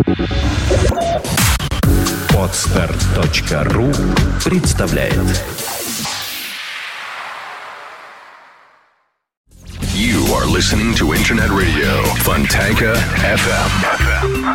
Podster.ru представляет. You are listening to Internet Radio Fontanka FM.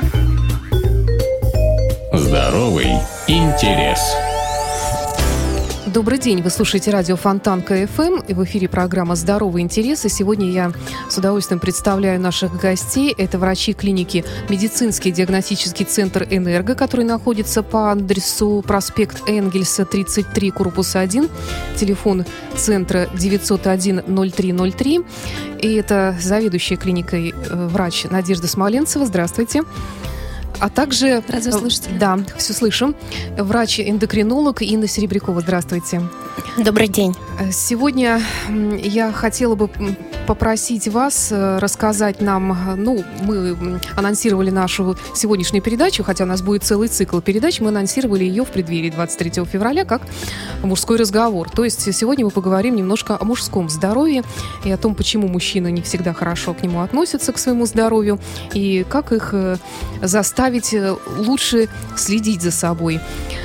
Здоровый интерес. Добрый день, вы слушаете радио Фонтанка ФМ, и в эфире программа «Здоровый интерес». И сегодня я с удовольствием представляю наших гостей. Это врачи клиники «Медицинский диагностический центр «Энерго», который находится по адресу проспект Энгельса, 33, корпус 1, телефон центра 901-0303. И это заведующая клиникой врач Надежда Смоленцева. Здравствуйте. А также... Радиослушатели. Да, все слышим. Врач-эндокринолог Инна Серебрякова. Здравствуйте. Добрый день. Сегодня я хотела бы попросить вас рассказать нам... мы анонсировали нашу сегодняшнюю передачу, хотя у нас будет целый цикл передач. Мы анонсировали ее в преддверии 23 февраля как мужской разговор. То есть сегодня мы поговорим немножко о мужском здоровье и о том, почему мужчины не всегда хорошо к нему относятся, к своему здоровью, и как их заставить лучше следить за собой.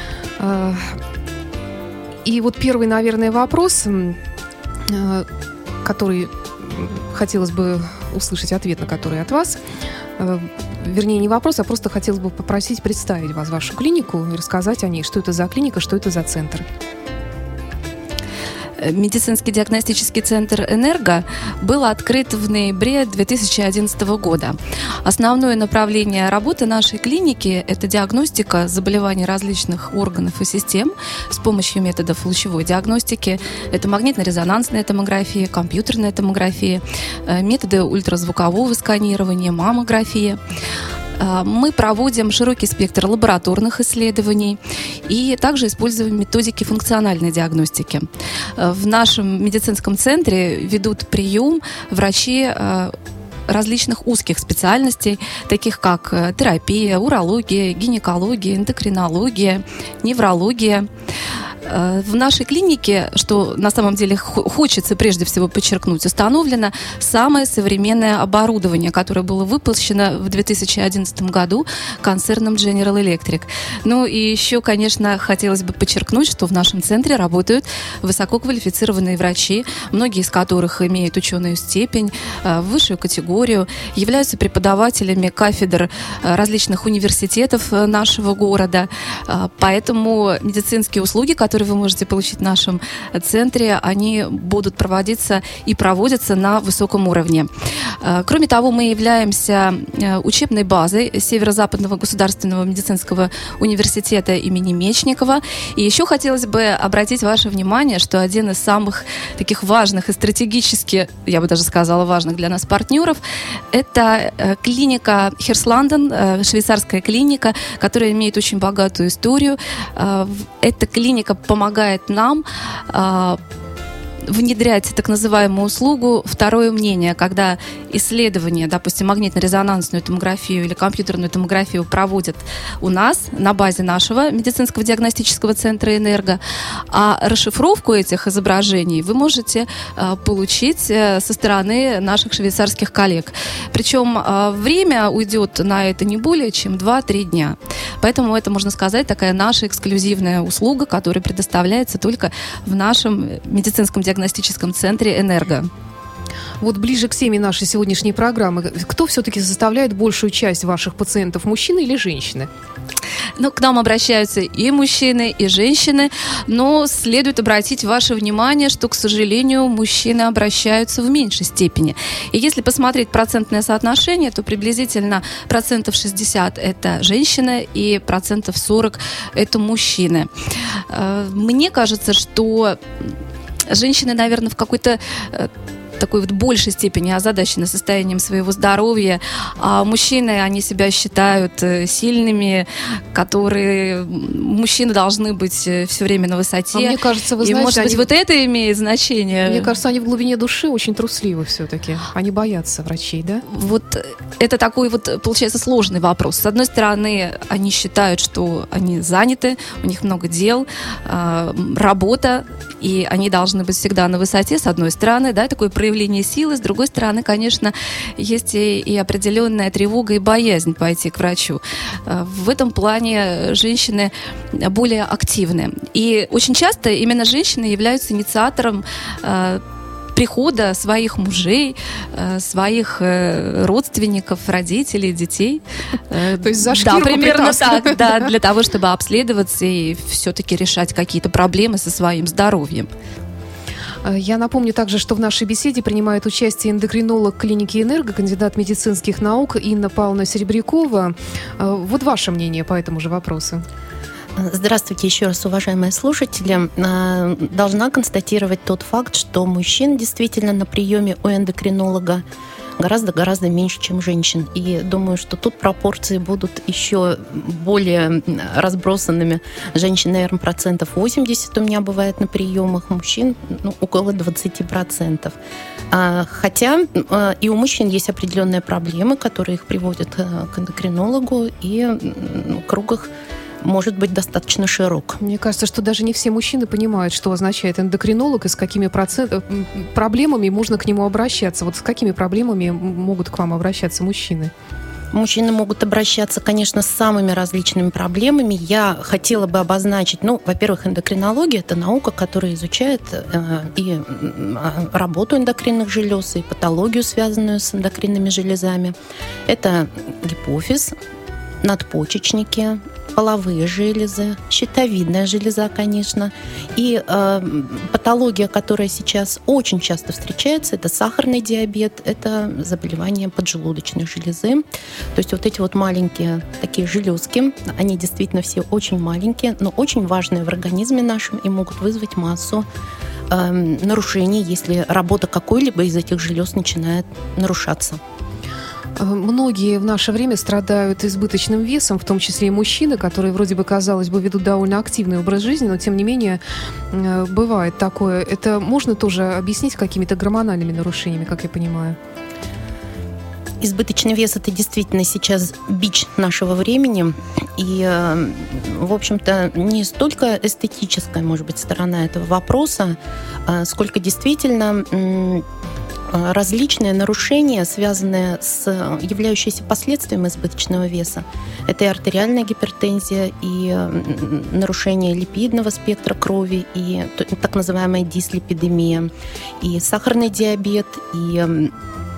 И вот первый, наверное, вопрос, который хотелось бы услышать ответ на который от вас. Вернее, не вопрос, а просто хотелось бы попросить представить вас, вашу клинику, и рассказать о ней, что это за клиника, что это за центр. Медицинский диагностический центр «Энерго» был открыт в ноябре 2011 года. Основное направление работы нашей клиники – это диагностика заболеваний различных органов и систем с помощью методов лучевой диагностики. Это магнитно-резонансная томография, компьютерная томография, методы ультразвукового сканирования, маммография. Мы проводим широкий спектр лабораторных исследований и также используем методики функциональной диагностики. В нашем медицинском центре ведут прием врачи различных узких специальностей, таких как терапия, урология, гинекология, эндокринология, неврология. В нашей клинике, что на самом деле хочется прежде всего подчеркнуть, установлено самое современное оборудование, которое было выпущено в 2011 году концерном General Electric. Ну и еще, конечно, хотелось бы подчеркнуть, что в нашем центре работают высококвалифицированные врачи, многие из которых имеют ученую степень, высшую категорию, являются преподавателями кафедр различных университетов нашего города. Поэтому медицинские услуги, которые вы можете получить в нашем центре, они будут проводиться и проводятся на высоком уровне. Кроме того, мы являемся учебной базой Северо-Западного государственного медицинского университета имени Мечникова. И еще хотелось бы обратить ваше внимание, что один из самых таких важных и стратегически, я бы даже сказала, важных для нас партнеров, это клиника Херсланден, швейцарская клиника, которая имеет очень богатую историю. Эта клиника помогает нам внедрять так называемую услугу «второе мнение», когда исследование, допустим, магнитно-резонансную томографию или компьютерную томографию проводят у нас на базе нашего медицинского диагностического центра «Энерго», а расшифровку этих изображений вы можете получить со стороны наших швейцарских коллег. Причем время уйдет на это не более чем 2-3 дня. Поэтому это, можно сказать, такая наша эксклюзивная услуга, которая предоставляется только в нашем медицинском диагностическом центре «Энерго». Вот ближе к теме нашей сегодняшней программы. Кто все-таки составляет большую часть ваших пациентов, мужчины или женщины? Ну, к нам обращаются и мужчины, и женщины, но следует обратить ваше внимание, что, к сожалению, мужчины обращаются в меньшей степени. И если посмотреть процентное соотношение, то приблизительно 60% это женщины и 40% это мужчины. Мне кажется, что женщины, наверное, в какой-то такой вот большей степени озадачены состоянием своего здоровья, а мужчины, они себя считают сильными, мужчины должны быть все время на высоте. А мне кажется, вы знаете, может быть, вот это имеет значение. Мне кажется, они в глубине души очень трусливы все-таки. Они боятся врачей, да? Вот это такой вот, получается, сложный вопрос. С одной стороны, они считают, что они заняты, у них много дел, работа, и они должны быть всегда на высоте, с одной стороны, да, такое проявление проявление силы. С другой стороны, конечно, есть и определенная тревога и боязнь пойти к врачу. В этом плане женщины более активны. И очень часто именно женщины являются инициатором прихода своих мужей, своих родственников, родителей, детей. То есть за шкирку примерно так, да, для того, чтобы обследоваться и все-таки решать какие-то проблемы со своим здоровьем. Я напомню также, что в нашей беседе принимает участие эндокринолог клиники «Энерго», кандидат медицинских наук Инна Павловна Серебрякова. Вот ваше мнение по этому же вопросу. Здравствуйте еще раз, уважаемые слушатели. Должна констатировать тот факт, что мужчин действительно на приеме у эндокринолога гораздо меньше, чем женщин. И думаю, что тут пропорции будут еще более разбросанными. Женщин, наверное, 80% у меня бывает на приемах, мужчин около 20%. Хотя и у мужчин есть определенные проблемы, которые их приводят к эндокринологу, и круг их может быть достаточно широк. Мне кажется, что даже не все мужчины понимают, что означает эндокринолог и с какими проблемами можно к нему обращаться. Вот с какими проблемами могут к вам обращаться мужчины? Мужчины могут обращаться, конечно, с самыми различными проблемами. Я хотела бы обозначить, во-первых, эндокринология – это наука, которая изучает и работу эндокринных желез, и патологию, связанную с эндокринными железами. Это гипофиз, надпочечники, половые железы, щитовидная железа, конечно. И патология, которая сейчас очень часто встречается, это сахарный диабет, это заболевание поджелудочной железы. То есть вот эти вот маленькие такие железки, они действительно все очень маленькие, но очень важные в организме нашем и могут вызвать массу нарушений, если работа какой-либо из этих желез начинает нарушаться. Многие в наше время страдают избыточным весом, в том числе и мужчины, которые вроде бы, казалось бы, ведут довольно активный образ жизни, но тем не менее бывает такое. Это можно тоже объяснить какими-то гормональными нарушениями, как я понимаю? Избыточный вес – это действительно сейчас бич нашего времени. И, в общем-то, не столько эстетическая, может быть, сторона этого вопроса, сколько действительно различные нарушения, связанные с являющиеся последствием избыточного веса. Это и артериальная гипертензия, и нарушение липидного спектра крови, и так называемая дислипидемия, и сахарный диабет, и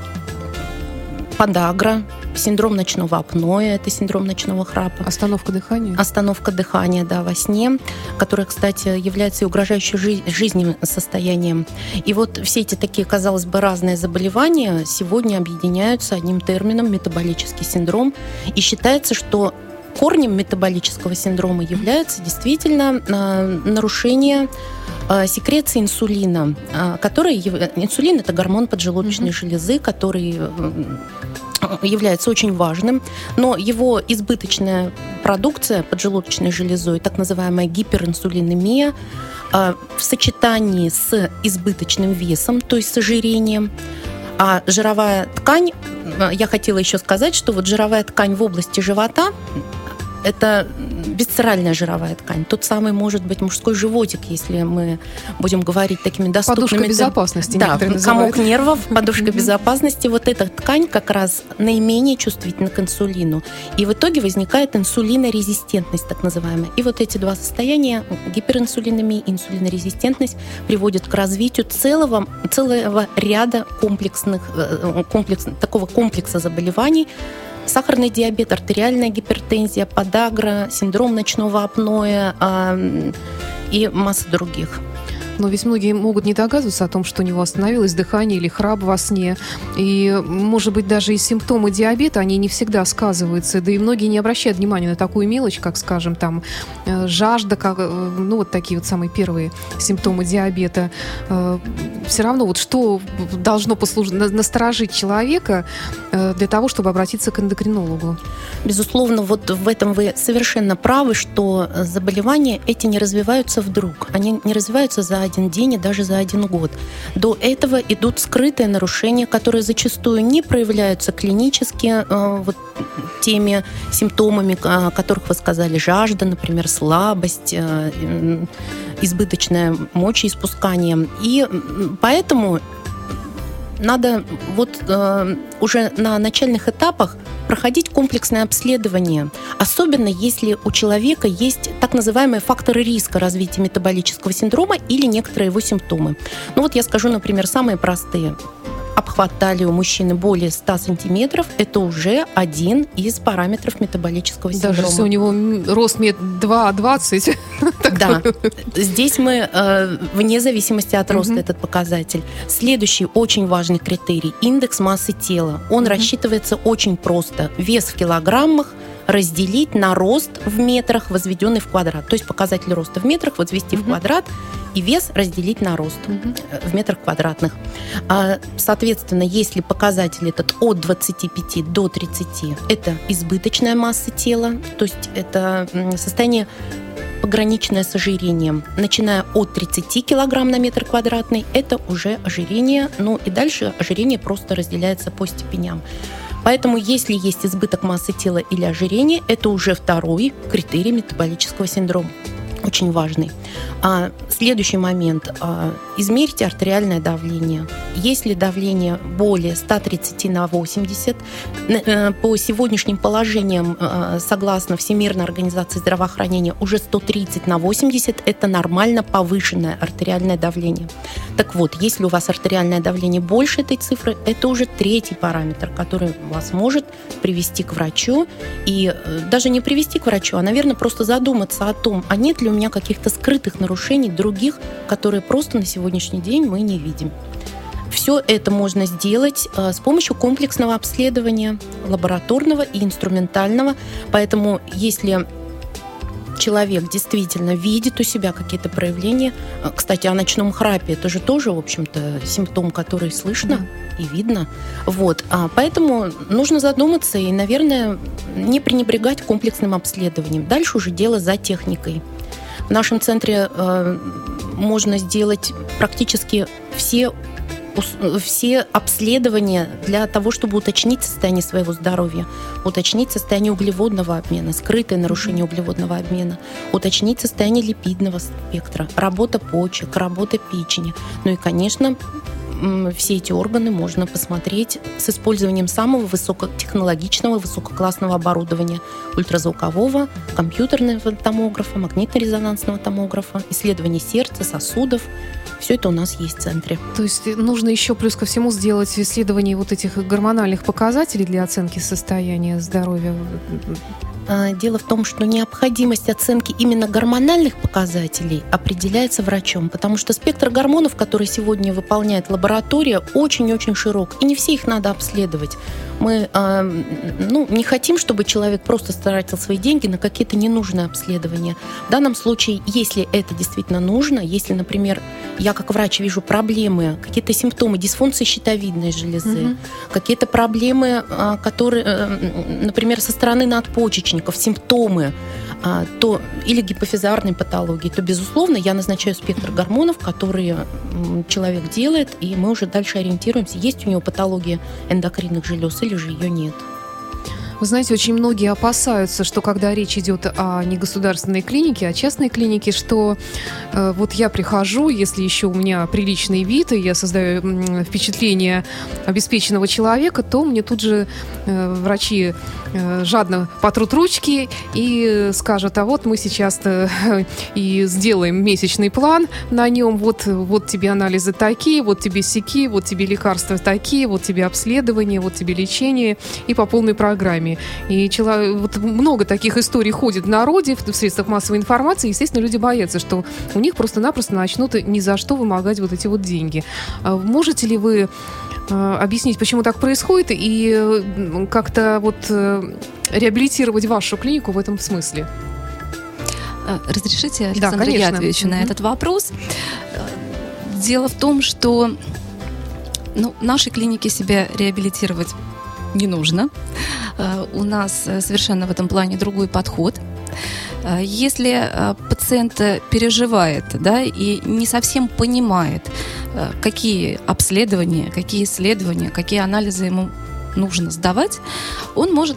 подагра, синдром ночного апноэ, это синдром ночного храпа. Остановка дыхания? Остановка дыхания, да, во сне, которая, кстати, является и угрожающей жизни состоянием. И вот все эти такие, казалось бы, разные заболевания сегодня объединяются одним термином – метаболический синдром. И считается, что корнем метаболического синдрома является действительно нарушение секреции инсулина, инсулин – это гормон поджелудочной железы, который является очень важным, но его избыточная продукция поджелудочной железой, так называемая гиперинсулинемия, в сочетании с избыточным весом, то есть с ожирением, а жировая ткань, я хотела еще сказать, что вот жировая ткань в области живота – это висцеральная жировая ткань. Тот самый, может быть, мужской животик, если мы будем говорить такими доступными... Подушка безопасности. Да, комок нервов, подушка безопасности. Вот эта ткань как раз наименее чувствительна к инсулину. И в итоге возникает инсулинорезистентность, так называемая. И вот эти два состояния, гиперинсулинемия и инсулинорезистентность, приводят к развитию целого ряда такого комплекса заболеваний. Сахарный диабет, артериальная гипертензия, подагра, синдром ночного апноэ и масса других. Но ведь многие могут не догадываться о том, что у него остановилось дыхание или храп во сне. И, может быть, даже и симптомы диабета, они не всегда сказываются. Да и многие не обращают внимания на такую мелочь, как, скажем, там, жажда, вот такие вот самые первые симптомы диабета. Все равно вот что должно насторожить человека для того, чтобы обратиться к эндокринологу? Безусловно, вот в этом вы совершенно правы, что заболевания эти не развиваются вдруг. Они не развиваются за один день и даже за один год. До этого идут скрытые нарушения, которые зачастую не проявляются клинически теми симптомами, о которых вы сказали: жажда, например, слабость, избыточное мочеиспускание. И поэтому надо уже на начальных этапах проходить комплексное обследование, особенно если у человека есть так называемые факторы риска развития метаболического синдрома или некоторые его симптомы. Я скажу, например, самые простые. Обхват талии у мужчины более 100 сантиметров – это уже один из параметров метаболического синдрома. Даже если у него рост 2,20. Да, здесь мы вне зависимости от роста этот показатель. Следующий очень важный критерий – индекс массы тела. Он рассчитывается очень просто. Вес в килограммах разделить на рост в метрах, возведенный в квадрат. То есть показатель роста в метрах возвести в квадрат и вес разделить на рост в метрах квадратных. Соответственно, если показатель этот от 25 до 30, это избыточная масса тела, то есть это состояние пограничное с ожирением. Начиная от 30 килограмм на метр квадратный, это уже ожирение. И дальше ожирение просто разделяется по степеням. Поэтому, если есть избыток массы тела или ожирение, это уже второй критерий метаболического синдрома. Очень важный. Следующий момент. Измерьте артериальное давление. Если давление более 130 на 80, по сегодняшним положениям, согласно Всемирной организации здравоохранения, уже 130 на 80 – это нормально повышенное артериальное давление. Так вот, если у вас артериальное давление больше этой цифры, это уже третий параметр, который вас может привести к врачу. И даже не привести к врачу, а, наверное, просто задуматься о том, а нет ли у меня каких-то скрытых нарушений других, которые просто на сегодняшний день мы не видим. Все это можно сделать с помощью комплексного обследования, лабораторного и инструментального. Поэтому, если человек действительно видит у себя какие-то проявления, кстати, о ночном храпе, это же тоже, в общем-то, симптом, который слышно и видно. Поэтому нужно задуматься и, наверное, не пренебрегать комплексным обследованием. Дальше уже дело за техникой. В нашем центре можно сделать практически все обследования для того, чтобы уточнить состояние своего здоровья, уточнить состояние углеводного обмена, скрытое нарушение углеводного обмена, уточнить состояние липидного спектра, работа почек, работа печени. И, конечно, все эти органы можно посмотреть с использованием самого высокотехнологичного, высококлассного оборудования: ультразвукового, компьютерного томографа, магнитно-резонансного томографа, исследования сердца, сосудов. Все это у нас есть в центре. То есть нужно еще плюс ко всему сделать исследование этих гормональных показателей для оценки состояния здоровья? Дело в том, что необходимость оценки именно гормональных показателей определяется врачом, потому что спектр гормонов, который сегодня выполняет лаборатория, очень-очень широк, и не все их надо обследовать. Мы не хотим, чтобы человек просто тратил свои деньги на какие-то ненужные обследования. В данном случае, если это действительно нужно, если, например, я как врач вижу проблемы, какие-то симптомы дисфункции щитовидной железы, какие-то проблемы, которые, например, со стороны надпочечников, симптомы, то или гипофизарной патологии, то, безусловно, я назначаю спектр гормонов, которые человек делает, и мы уже дальше ориентируемся, есть у него патология эндокринных желез или же ее нет. Вы знаете, очень многие опасаются, что когда речь идет о негосударственной клинике, о частной клинике, что я прихожу, если еще у меня приличный вид, и я создаю впечатление обеспеченного человека, то мне тут же врачи жадно потрут ручки и скажут: а вот мы сейчас и сделаем месячный план на нем, вот тебе анализы такие, вот тебе сяки, вот тебе лекарства такие, вот тебе обследование, вот тебе лечение, и по полной программе. И много таких историй ходит в народе, в средствах массовой информации. Естественно, люди боятся, что у них просто-напросто начнут ни за что вымогать эти деньги. Можете ли вы объяснить, почему так происходит, и как-то реабилитировать вашу клинику в этом смысле? Разрешите, Александра, я отвечу на этот вопрос. Дело в том, что нашей клинике себя реабилитировать не нужно. У нас совершенно в этом плане другой подход. Если пациент переживает, и не совсем понимает, какие обследования, какие исследования, какие анализы ему нужно сдавать, он может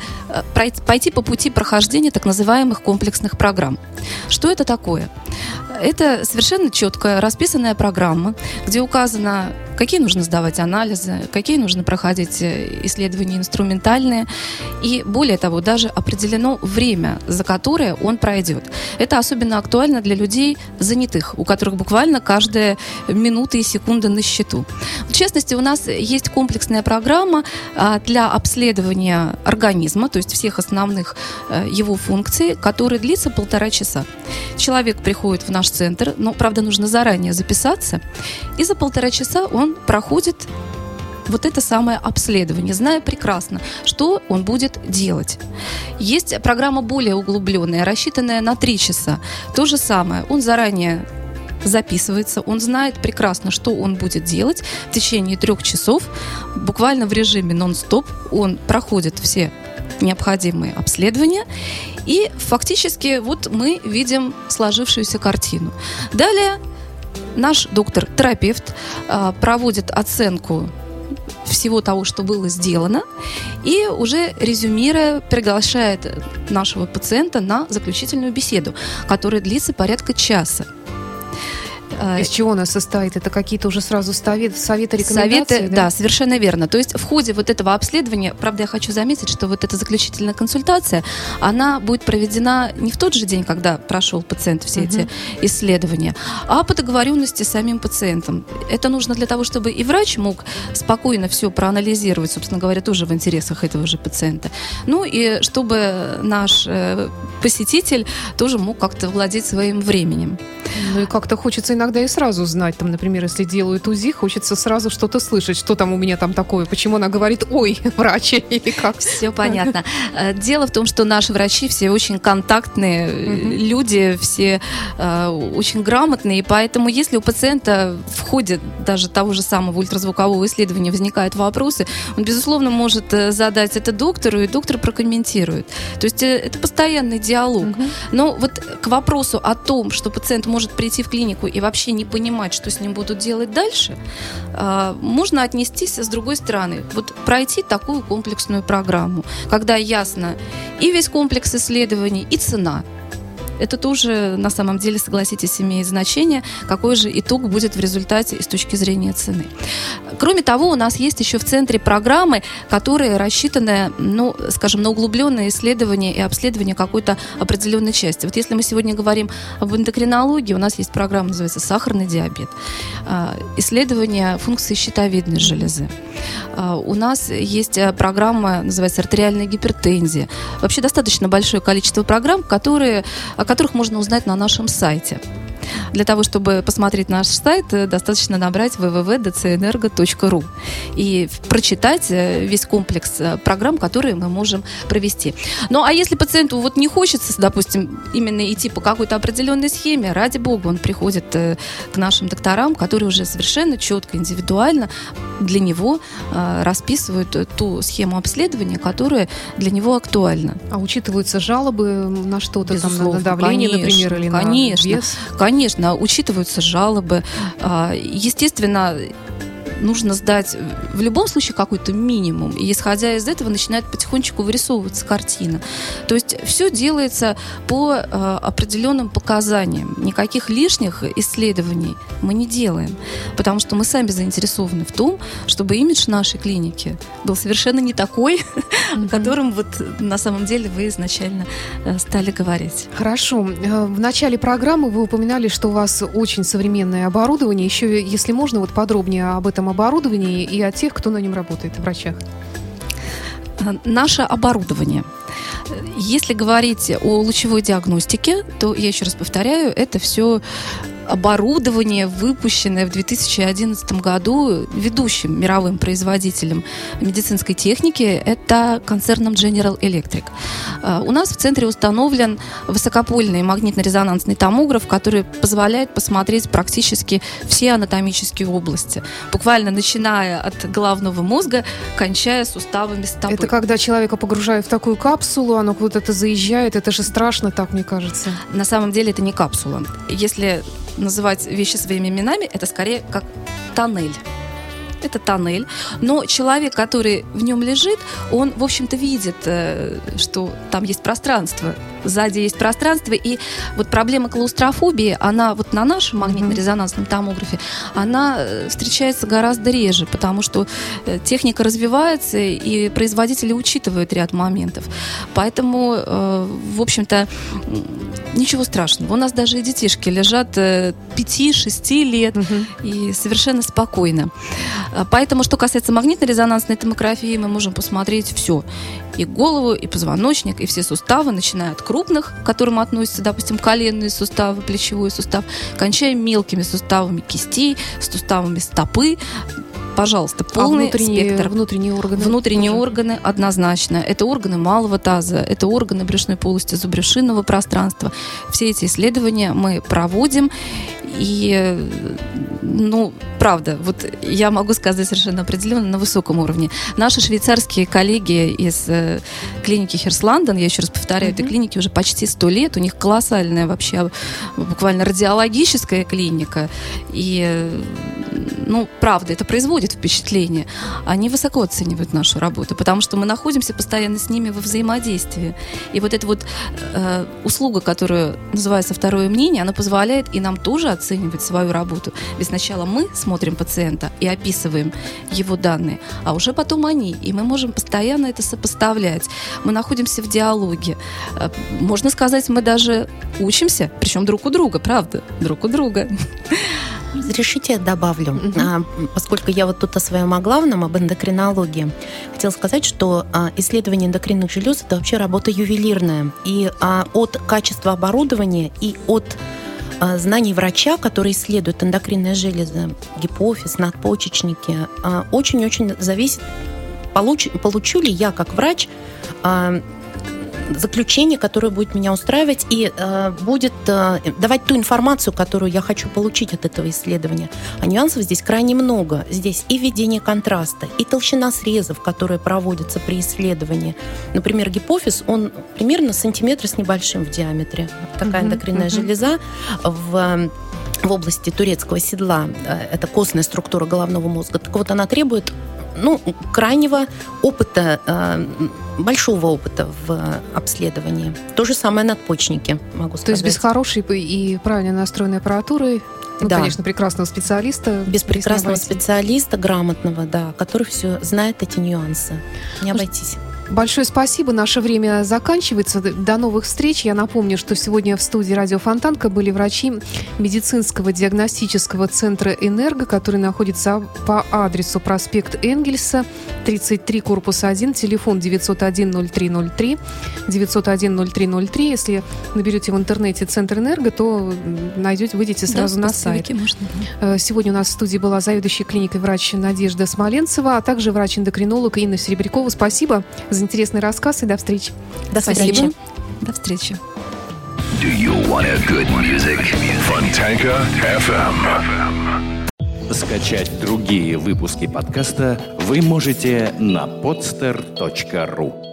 пойти по пути прохождения так называемых комплексных программ. Что это такое? Это совершенно четко расписанная программа, где указано, какие нужно сдавать анализы, какие нужно проходить исследования инструментальные. И более того, даже определено время, за которое он пройдет. Это особенно актуально для людей занятых, у которых буквально каждая минута и секунда на счету. В частности, у нас есть комплексная программа для обследования организма, то есть всех основных его функций, которая длится 1,5 часа. Человек приходит в наш центр, но, правда, нужно заранее записаться, и за 1,5 часа он проходит вот это самое обследование, зная прекрасно, что он будет делать. Есть программа более углубленная, рассчитанная на 3 часа. То же самое, он заранее записывается, он знает прекрасно, что он будет делать в течение 3 часов, буквально в режиме нон-стоп, он проходит все необходимые обследования, и фактически вот мы видим сложившуюся картину. Далее наш доктор-терапевт проводит оценку всего того, что было сделано, и уже резюмируя, приглашает нашего пациента на заключительную беседу, которая длится порядка часа. Из чего она состоит? Это какие-то уже сразу советы, рекомендации? Советы, да, совершенно верно. То есть в ходе вот этого обследования, правда, я хочу заметить, что вот эта заключительная консультация, она будет проведена не в тот же день, когда прошел пациент все эти исследования, а по договоренности с самим пациентом. Это нужно для того, чтобы и врач мог спокойно все проанализировать, собственно говоря, тоже в интересах этого же пациента. Ну и чтобы наш посетитель тоже мог как-то владеть своим временем. Ну и как-то хочется иногда и сразу знать, там, например, если делают УЗИ, хочется сразу что-то слышать, что там у меня там такое, почему она говорит, ой, врач, или как. Все понятно. Дело в том, что наши врачи все очень контактные люди, все очень грамотные, и поэтому если у пациента в ходе даже того же самого ультразвукового исследования возникают вопросы, он, безусловно, может задать это доктору, и доктор прокомментирует. То есть это постоянный диалог. Но вот к вопросу о том, что пациент может прийти в клинику и вообще не понимать, что с ним будут делать дальше, можно отнестись с другой стороны. Вот пройти такую комплексную программу, когда ясно и весь комплекс исследований, и цена. Это тоже, на самом деле, согласитесь, имеет значение, какой же итог будет в результате и с точки зрения цены. Кроме того, у нас есть еще в центре программы, которые рассчитаны, ну, скажем, на углубленное исследование и обследование какой-то определенной части. Вот если мы сегодня говорим об эндокринологии, у нас есть программа, называется «Сахарный диабет», исследование функции щитовидной железы. У нас есть программа, называется «Артериальная гипертензия». Вообще достаточно большое количество программ, о которых можно узнать на нашем сайте. Для того, чтобы посмотреть наш сайт, достаточно набрать www.dcenergo.ru и прочитать весь комплекс программ, которые мы можем провести. Ну, а если пациенту вот не хочется, допустим, именно идти по какой-то определенной схеме, ради бога, он приходит к нашим докторам, которые уже совершенно четко, индивидуально для него расписывают ту схему обследования, которая для него актуальна. А учитываются жалобы на что-то, безусловно, там, на давление, конечно, например, или конечно, на вес? Конечно, учитываются жалобы. Естественно, нужно сдать в любом случае какой-то минимум, и исходя из этого начинает потихонечку вырисовываться картина. То есть все делается по определенным показаниям. Никаких лишних исследований мы не делаем, потому что мы сами заинтересованы в том, чтобы имидж нашей клиники был совершенно не такой, о котором вот на самом деле вы изначально стали говорить. Хорошо. В начале программы вы упоминали, что у вас очень современное оборудование. Еще, если можно, вот подробнее об этом оборудовании и о тех, кто на нем работает, врачах. Наше оборудование. Если говорить о лучевой диагностике, то, я еще раз повторяю, это все оборудование, выпущенное в 2011 году ведущим мировым производителем медицинской техники, это концерном General Electric. У нас в центре установлен высокопольный магнитно-резонансный томограф, который позволяет посмотреть практически все анатомические области, буквально начиная от головного мозга, кончая суставами стопы. Это когда человека погружают в такую капсулу, оно куда-то заезжает, это же страшно, так мне кажется. На самом деле это не капсула. Если называть вещи своими именами, это скорее как тоннель. Это тоннель, но человек, который в нем лежит, он, в общем-то, видит, что там есть пространство сзади есть пространство. И вот проблема клаустрофобии, она вот на нашем магнитно-резонансном томографе, она встречается гораздо реже, потому что техника развивается, и производители учитывают ряд моментов. Поэтому, в общем-то, ничего страшного. У нас даже и детишки лежат 5-6 лет и совершенно спокойно. Поэтому, что касается магнитно-резонансной томографии, мы можем посмотреть все. И голову, и позвоночник, и все суставы, начиная от крупных, к которым относятся, допустим, коленные суставы, плечевой сустав, кончая мелкими суставами кистей, суставами стопы. Пожалуйста, полный спектр. Внутренние органы? Внутренние органы однозначно. Это органы малого таза, это органы брюшной полости, зубрюшинного пространства. Все эти исследования мы проводим. И, правда, вот я могу сказать совершенно определенно на высоком уровне. Наши швейцарские коллеги из клиники Хирсланден, я еще раз повторяю, этой клинике уже почти 100 лет, у них колоссальная вообще буквально радиологическая клиника. И, правда, это производит впечатление. Они высоко оценивают нашу работу, потому что мы находимся постоянно с ними во взаимодействии. И вот эта вот услуга, которая называется «Второе мнение», она позволяет и нам тоже оценивать свою работу. Ведь сначала мы смотрим пациента и описываем его данные, а уже потом они. И мы можем постоянно это сопоставлять. Мы находимся в диалоге. Можно сказать, мы даже учимся, причем друг у друга, правда? Друг у друга. Разрешите, я добавлю. Поскольку я вот тут о своем о главном, об эндокринологии, хотела сказать, что исследование эндокринных желез – это вообще работа ювелирная. И от качества оборудования, и от знаний врача, который исследует эндокринные железы, гипофиз, надпочечники, очень-очень зависит, получу ли я как врач заключение, которое будет меня устраивать и будет давать ту информацию, которую я хочу получить от этого исследования. А нюансов здесь крайне много. Здесь и введение контраста, и толщина срезов, которые проводятся при исследовании. Например, гипофиз, он примерно сантиметр с небольшим в диаметре. Такая эндокринная железа в области турецкого седла. Это костная структура головного мозга. Так вот, она требует крайнего опыта, большого опыта в обследовании. То же самое надпочечники, могу сказать. То есть без хорошей и правильно настроенной аппаратуры, конечно, прекрасного специалиста. Без прекрасного специалиста, грамотного, который все знает эти нюансы. Не обойтись. Большое спасибо. Наше время заканчивается. До новых встреч. Я напомню, что сегодня в студии «Радио Фонтанка» были врачи медицинского диагностического центра «Энерго», который находится по адресу проспект Энгельса, 33, корпус 1, телефон 901-0303, 901-0303. Если наберете в интернете «Центр Энерго», то выйдете сразу на сайт. Можно. Сегодня у нас в студии была заведующая клиникой врач Надежда Смоленцева, а также врач-эндокринолог Инна Серебрякова. Спасибо за интересный рассказ и до встречи. До встречи. До встречи. Do you want a good music? Fontanka FM. Скачать другие выпуски подкаста вы можете на podster.ru.